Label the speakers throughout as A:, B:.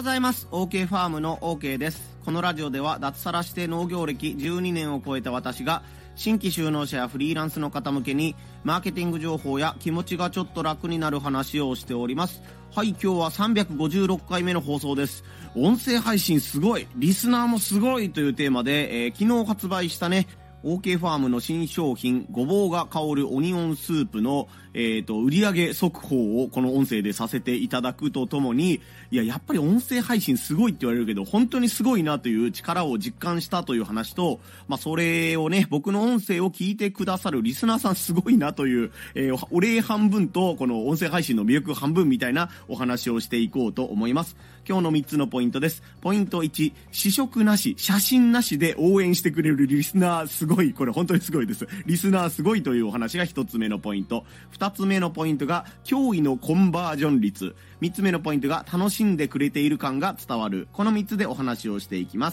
A: ございます。 OK ファームの OK です。このラジオでは脱サラして農業歴12年を超えた私が新規就農者やフリーランスの方向けにマーケティング情報や気持ちがちょっと楽になる話をしております。はい、今日は356回目の放送です。音声配信すごい、リスナーもすごいというテーマで、昨日発売したねOK ファームの新商品ごぼうが香るオニオンスープの、売上速報をこの音声でさせていただくとともに、やっぱり音声配信すごいって言われるけど本当にすごいなという力を実感したという話と、それをね、僕の音声を聞いてくださるリスナーさんすごいなという、お礼半分とこの音声配信の魅力半分みたいなお話をしていこうと思います。今日の3つのポイントです。ポイント1、試食なし、写真なしで応援してくれるリスナーすごい。これ本当にすごいです。リスナーすごいというお話が1つ目のポイント。2つ目のポイントが驚異のコンバージョン率。3つ目のポイントが楽しんでくれている感が伝わる。この3つでお話をしていきます。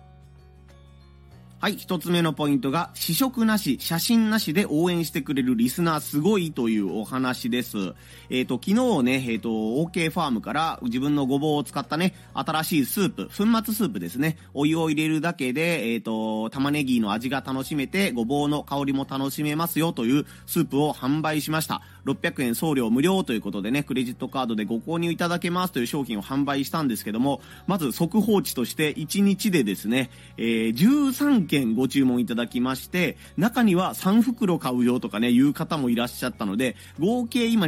A: はい、一つ目のポイントが試食なし、写真なしで応援してくれるリスナーすごいというお話です。昨日ね、OK ファームから自分のごぼうを使ったね、新しいスープ、粉末スープですね、お湯を入れるだけで、玉ねぎの味が楽しめて、ごぼうの香りも楽しめますよというスープを販売しました。600円送料無料ということでね、クレジットカードでご購入いただけますという商品を販売したんですけども、まず速報値として1日でですね、13件ご注文いただきまして、中には3袋買うよとかね、いう方もいらっしゃったので、合計今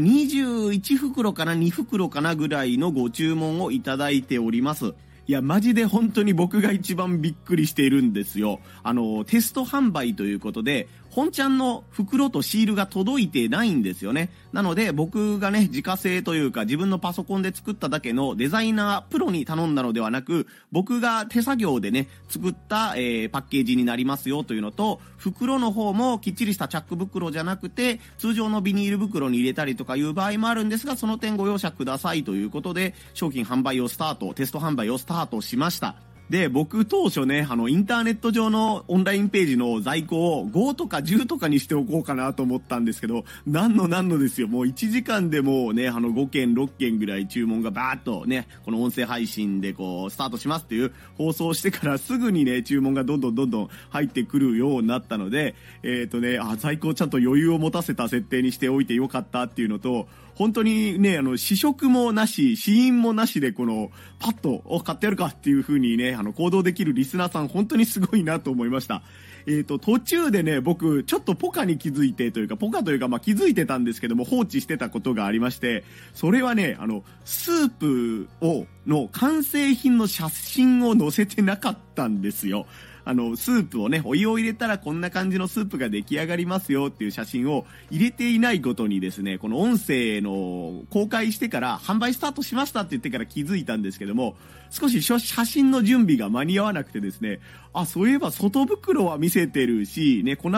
A: 21袋かな、2袋かなぐらいのご注文をいただいております。マジで本当に僕が一番びっくりしているんですよ。テスト販売ということで、本ちゃんの袋とシールが届いてないんですよね。なので僕がね、自家製というか自分のパソコンで作っただけのデザイナープロに頼んだのではなく、僕が手作業でね、作った、パッケージになりますよというのと、袋の方もきっちりしたチャック袋じゃなくて、通常のビニール袋に入れたりとかいう場合もあるんですが、その点ご容赦くださいということで、商品販売をスタート、テスト販売をスタートしました。で、僕当初ね、インターネット上のオンラインページの在庫を5とか10とかにしておこうかなと思ったんですけど、なんのですよ。もう1時間でもうね、5件、6件ぐらい注文がバーっとね、この音声配信でこう、スタートしますっていう放送してからすぐにね、注文がどんどん入ってくるようになったので、在庫をちゃんと余裕を持たせた設定にしておいてよかったっていうのと、本当にね、試食もなし、試飲もなしでこの、パッと、買ってやるかっていう風にね、行動できるリスナーさん本当にすごいなと思いました。途中でね、僕、ちょっとポカに気づいてというか、気づいてたんですけども、放置してたことがありまして、それはね、スープの完成品の写真を載せてなかったんですよ。スープをね、お湯を入れたらこんな感じのスープが出来上がりますよっていう写真を入れていないことにですね、この音声の公開してから販売スタートしましたって言ってから気づいたんですけども、少し写真の準備が間に合わなくてですね、そういえば外袋は見せてるし、ね、粉が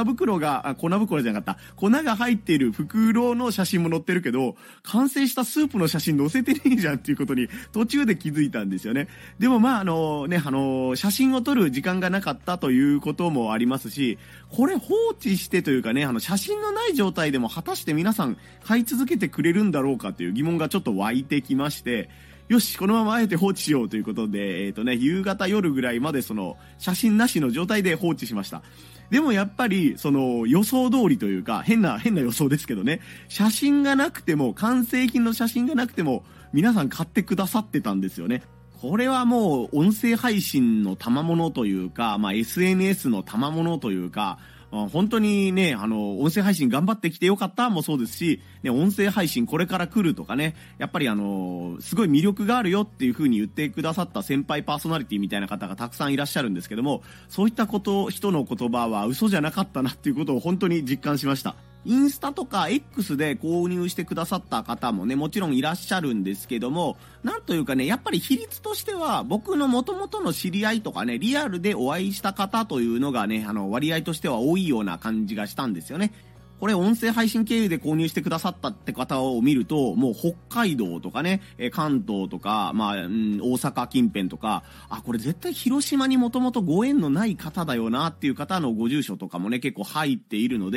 A: 入っている袋の写真も載ってるけど、完成したスープの写真載せてねえじゃんっていうことに途中で気づいたんですよね。でも写真を撮る時間がなかったということもありますし、これ放置してというかね、写真のない状態でも果たして皆さん買い続けてくれるんだろうかという疑問がちょっと湧いてきまして、よし、このままあえて放置しようということで、夕方夜ぐらいまでその写真なしの状態で放置しました。でもやっぱりその予想通りというか、変な予想ですけどね、写真がなくても、完成品の写真がなくても皆さん買ってくださってたんですよね。これはもう音声配信の賜物というか、SNS の賜物というか、本当にね、音声配信頑張ってきてよかったもそうですし、ね、音声配信これから来るとかね、やっぱりすごい魅力があるよっていう風に言ってくださった先輩パーソナリティみたいな方がたくさんいらっしゃるんですけども、そういった人の言葉は嘘じゃなかったなっていうことを本当に実感しました。インスタとか X で購入してくださった方もね、もちろんいらっしゃるんですけども、なんというかね、やっぱり比率としては僕の元々の知り合いとかね、リアルでお会いした方というのがね、割合としては多いような感じがしたんですよね。これ音声配信経由で購入してくださったって方を見ると、もう北海道とかね、関東とか、大阪近辺とか、これ絶対広島にもともとご縁のない方だよなっていう方のご住所とかもね、結構入っているので、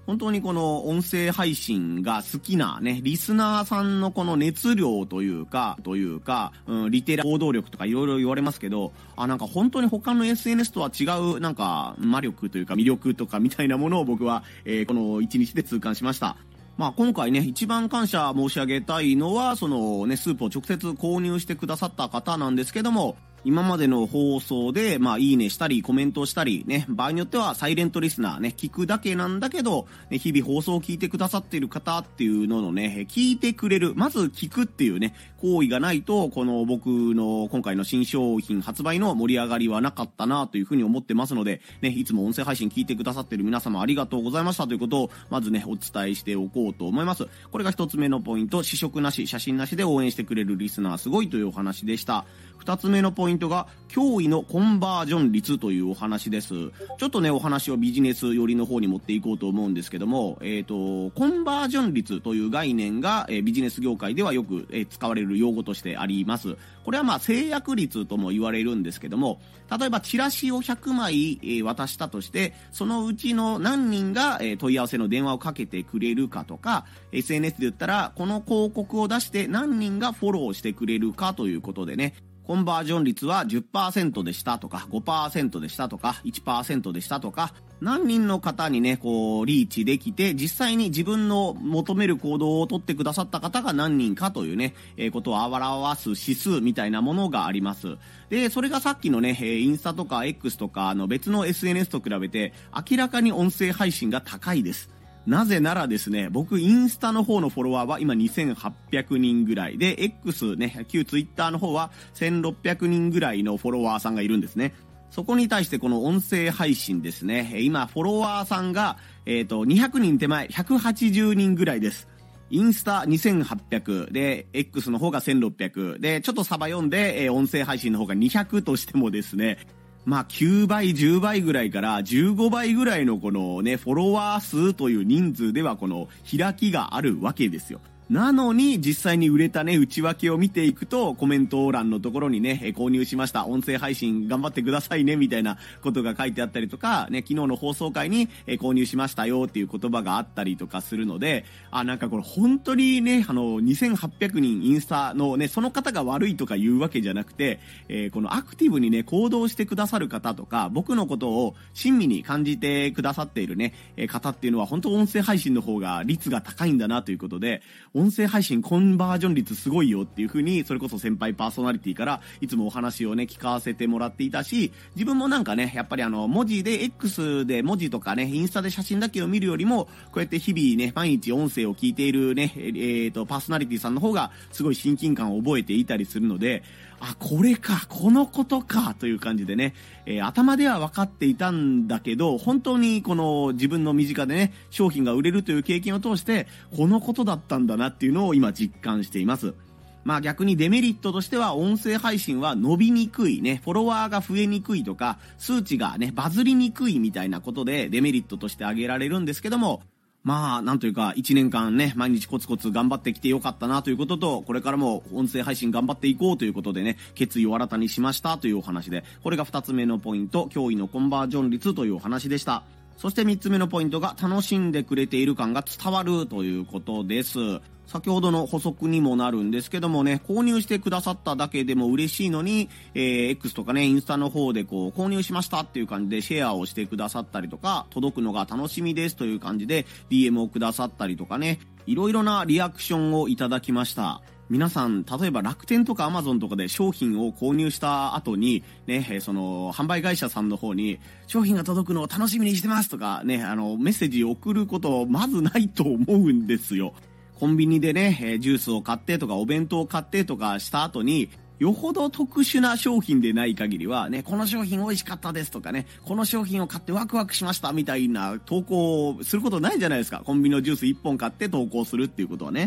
A: 本当にこの音声配信が好きなね、リスナーさんのこの熱量というか、リテラ行動力とかいろいろ言われますけど、なんか本当に他の SNS とは違う、なんか魔力というか魅力とかみたいなものを僕は、この1日で痛感しました。今回ね、一番感謝申し上げたいのは、そのね、スープを直接購入してくださった方なんですけども、今までの放送で、いいねしたり、コメントしたり、ね、場合によってはサイレントリスナーね、聞くだけなんだけど、ね、日々放送を聞いてくださっている方っていうののね、聞いてくれる、まず聞くっていうね、行為がないと、この僕の今回の新商品発売の盛り上がりはなかったなというふうに思ってますので、ね、いつも音声配信聞いてくださっている皆様ありがとうございましたということを、まずね、お伝えしておこうと思います。これが一つ目のポイント、試食なし、写真なしで応援してくれるリスナーすごいというお話でした。二つ目のポイントが驚異のコンバージョン率というお話です。ちょっとねお話をビジネス寄りの方に持っていこうと思うんですけども、コンバージョン率という概念が、ビジネス業界ではよく、使われる用語としてあります。これは制約率とも言われるんですけども、例えばチラシを100枚、渡したとして、そのうちの何人が、問い合わせの電話をかけてくれるかとか、SNS で言ったらこの広告を出して何人がフォローしてくれるかということでね、コンバージョン率は 10% でしたとか 5% でしたとか 1% でしたとか、何人の方にねこうリーチできて実際に自分の求める行動を取ってくださった方が何人かというね、ことを表す指数みたいなものがあります。でそれがさっきのねインスタとか X とか別の SNS と比べて明らかに音声配信が高いです。なぜならですね、僕インスタの方のフォロワーは今2800人ぐらいで、 X ね、旧ツイッターの方は1600人ぐらいのフォロワーさんがいるんですね。そこに対してこの音声配信ですね、今フォロワーさんが200人手前180人ぐらいです。インスタ2800で X の方が1600で、ちょっとサバ読んで音声配信の方が200としてもですね、9倍、10倍ぐらいから15倍ぐらいのこのね、フォロワー数という人数ではこの開きがあるわけですよ。なのに実際に売れたね内訳を見ていくと、コメント欄のところにね購入しました、音声配信頑張ってくださいねみたいなことが書いてあったりとかね、昨日の放送回に購入しましたよっていう言葉があったりとかするので、なんかこれ本当にね2800人インスタのねその方が悪いとか言うわけじゃなくて、このアクティブにね行動してくださる方とか、僕のことを親身に感じてくださっているね方っていうのは本当音声配信の方が率が高いんだなということで、音声配信コンバージョン率すごいよっていう風に、それこそ先輩パーソナリティからいつもお話をね聞かせてもらっていたし、自分もなんかねやっぱり文字で X で文字とかねインスタで写真だけを見るよりも、こうやって日々ね毎日音声を聞いているねパーソナリティさんの方がすごい親近感を覚えていたりするので、これか、このことかという感じでね、頭では分かっていたんだけど、本当にこの自分の身近でね商品が売れるという経験を通してこのことだったんだなっていうのを今実感しています。逆にデメリットとしては、音声配信は伸びにくいね、フォロワーが増えにくいとか、数値がねバズりにくいみたいなことでデメリットとして挙げられるんですけども、なんというか1年間ね毎日コツコツ頑張ってきてよかったなということと、これからも音声配信頑張っていこうということでね決意を新たにしましたというお話で、これが2つ目のポイント、驚異のコンバージョン率というお話でした。そして3つ目のポイントが、楽しんでくれている感が伝わるということです。先ほどの補足にもなるんですけどもね、購入してくださっただけでも嬉しいのに、X とかねインスタの方でこう購入しましたっていう感じでシェアをしてくださったりとか、届くのが楽しみですという感じで DM をくださったりとかね、いろいろなリアクションをいただきました。皆さん例えば楽天とかアマゾンとかで商品を購入した後にね、その販売会社さんの方に商品が届くのを楽しみにしてますとかね、メッセージを送ることまずないと思うんですよ。コンビニでねジュースを買ってとかお弁当を買ってとかした後に、よほど特殊な商品でない限りはね、この商品美味しかったですとかね、この商品を買ってワクワクしましたみたいな投稿をすることないじゃないですか。コンビニのジュース1本買って投稿するっていうことはね。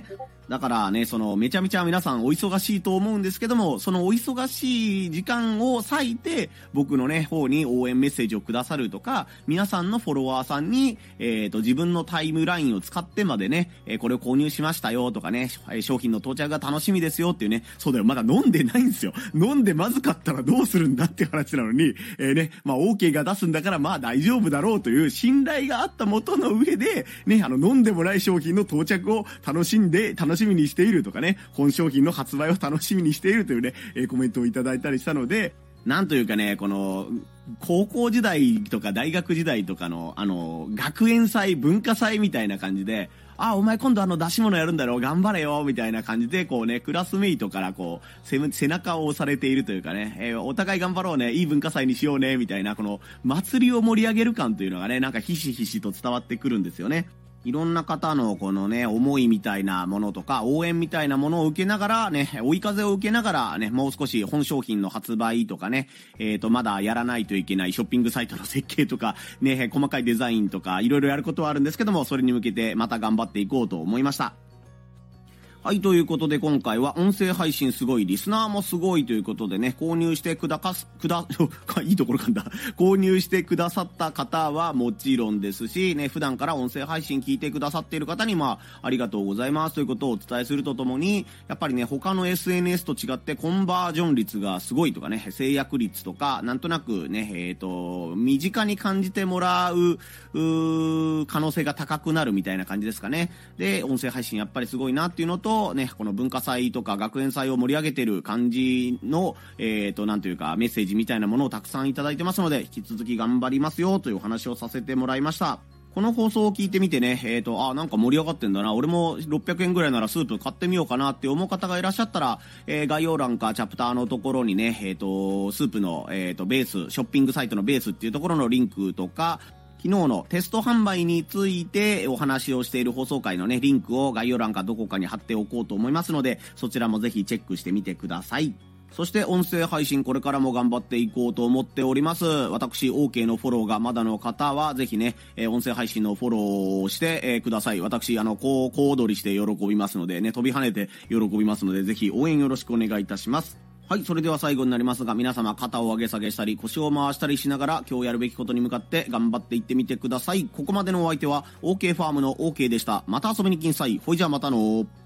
A: だからね、めちゃめちゃ皆さんお忙しいと思うんですけども、そのお忙しい時間を割いて、僕のね、方に応援メッセージをくださるとか、皆さんのフォロワーさんに、自分のタイムラインを使ってまでね、これを購入しましたよとかね、商品の到着が楽しみですよっていうね、そうだよ、まだ飲んでないんですよ。飲んでまずかったらどうするんだっていう話なのに、OK が出すんだからまあ大丈夫だろうという信頼があった元の上で、ね、飲んでもない商品の到着を楽しみにしているとかね、本商品の発売を楽しみにしているというね、コメントをいただいたりしたので、なんというかね、この、高校時代とか大学時代とかの、学園祭、文化祭みたいな感じで、お前今度出し物やるんだろう、頑張れよ、みたいな感じで、こうね、クラスメイトからこう、背中を押されているというかね、お互い頑張ろうね、いい文化祭にしようね、みたいな、この、祭りを盛り上げる感というのがね、なんかひしひしと伝わってくるんですよね。いろんな方のこのね、思いみたいなものとか、応援みたいなものを受けながらね、追い風を受けながらね、もう少し本商品の発売とかね、まだやらないといけないショッピングサイトの設計とか、ね、細かいデザインとか、いろいろやることはあるんですけども、それに向けてまた頑張っていこうと思いました。はい、ということで今回は音声配信すごい、リスナーもすごいということでね、購入していいところかんだ。購入してくださった方はもちろんですし、ね、普段から音声配信聞いてくださっている方にありがとうございますということをお伝えするとともに、やっぱりね、他の SNS と違ってコンバージョン率がすごいとかね、制約率とか、なんとなくね、身近に感じてもらう、可能性が高くなるみたいな感じですかね。で、音声配信やっぱりすごいなっていうのと、ね、この文化祭とか学園祭を盛り上げてる感じの、なんというかメッセージみたいなものをたくさんいただいてますので、引き続き頑張りますよというお話をさせてもらいました。この放送を聞いてみてね、なんか盛り上がってんだな、俺も600円ぐらいならスープ買ってみようかなって思う方がいらっしゃったら、概要欄かチャプターのところにね、スープの、ベース、ショッピングサイトのベースっていうところのリンクとか、昨日のテスト販売についてお話をしている放送回のね、リンクを概要欄かどこかに貼っておこうと思いますので、そちらもぜひチェックしてみてください。そして音声配信これからも頑張っていこうと思っております。私 OK のフォローがまだの方はぜひね、音声配信のフォローをして、ください。私小躍りして喜びますのでね、飛び跳ねて喜びますので、ぜひ応援よろしくお願いいたします。はい、それでは最後になりますが、皆様肩を上げ下げしたり腰を回したりしながら今日やるべきことに向かって頑張っていってみてください。ここまでのお相手は OK ファームの OK でした。また遊びに来んさい。ほいじゃあまたの。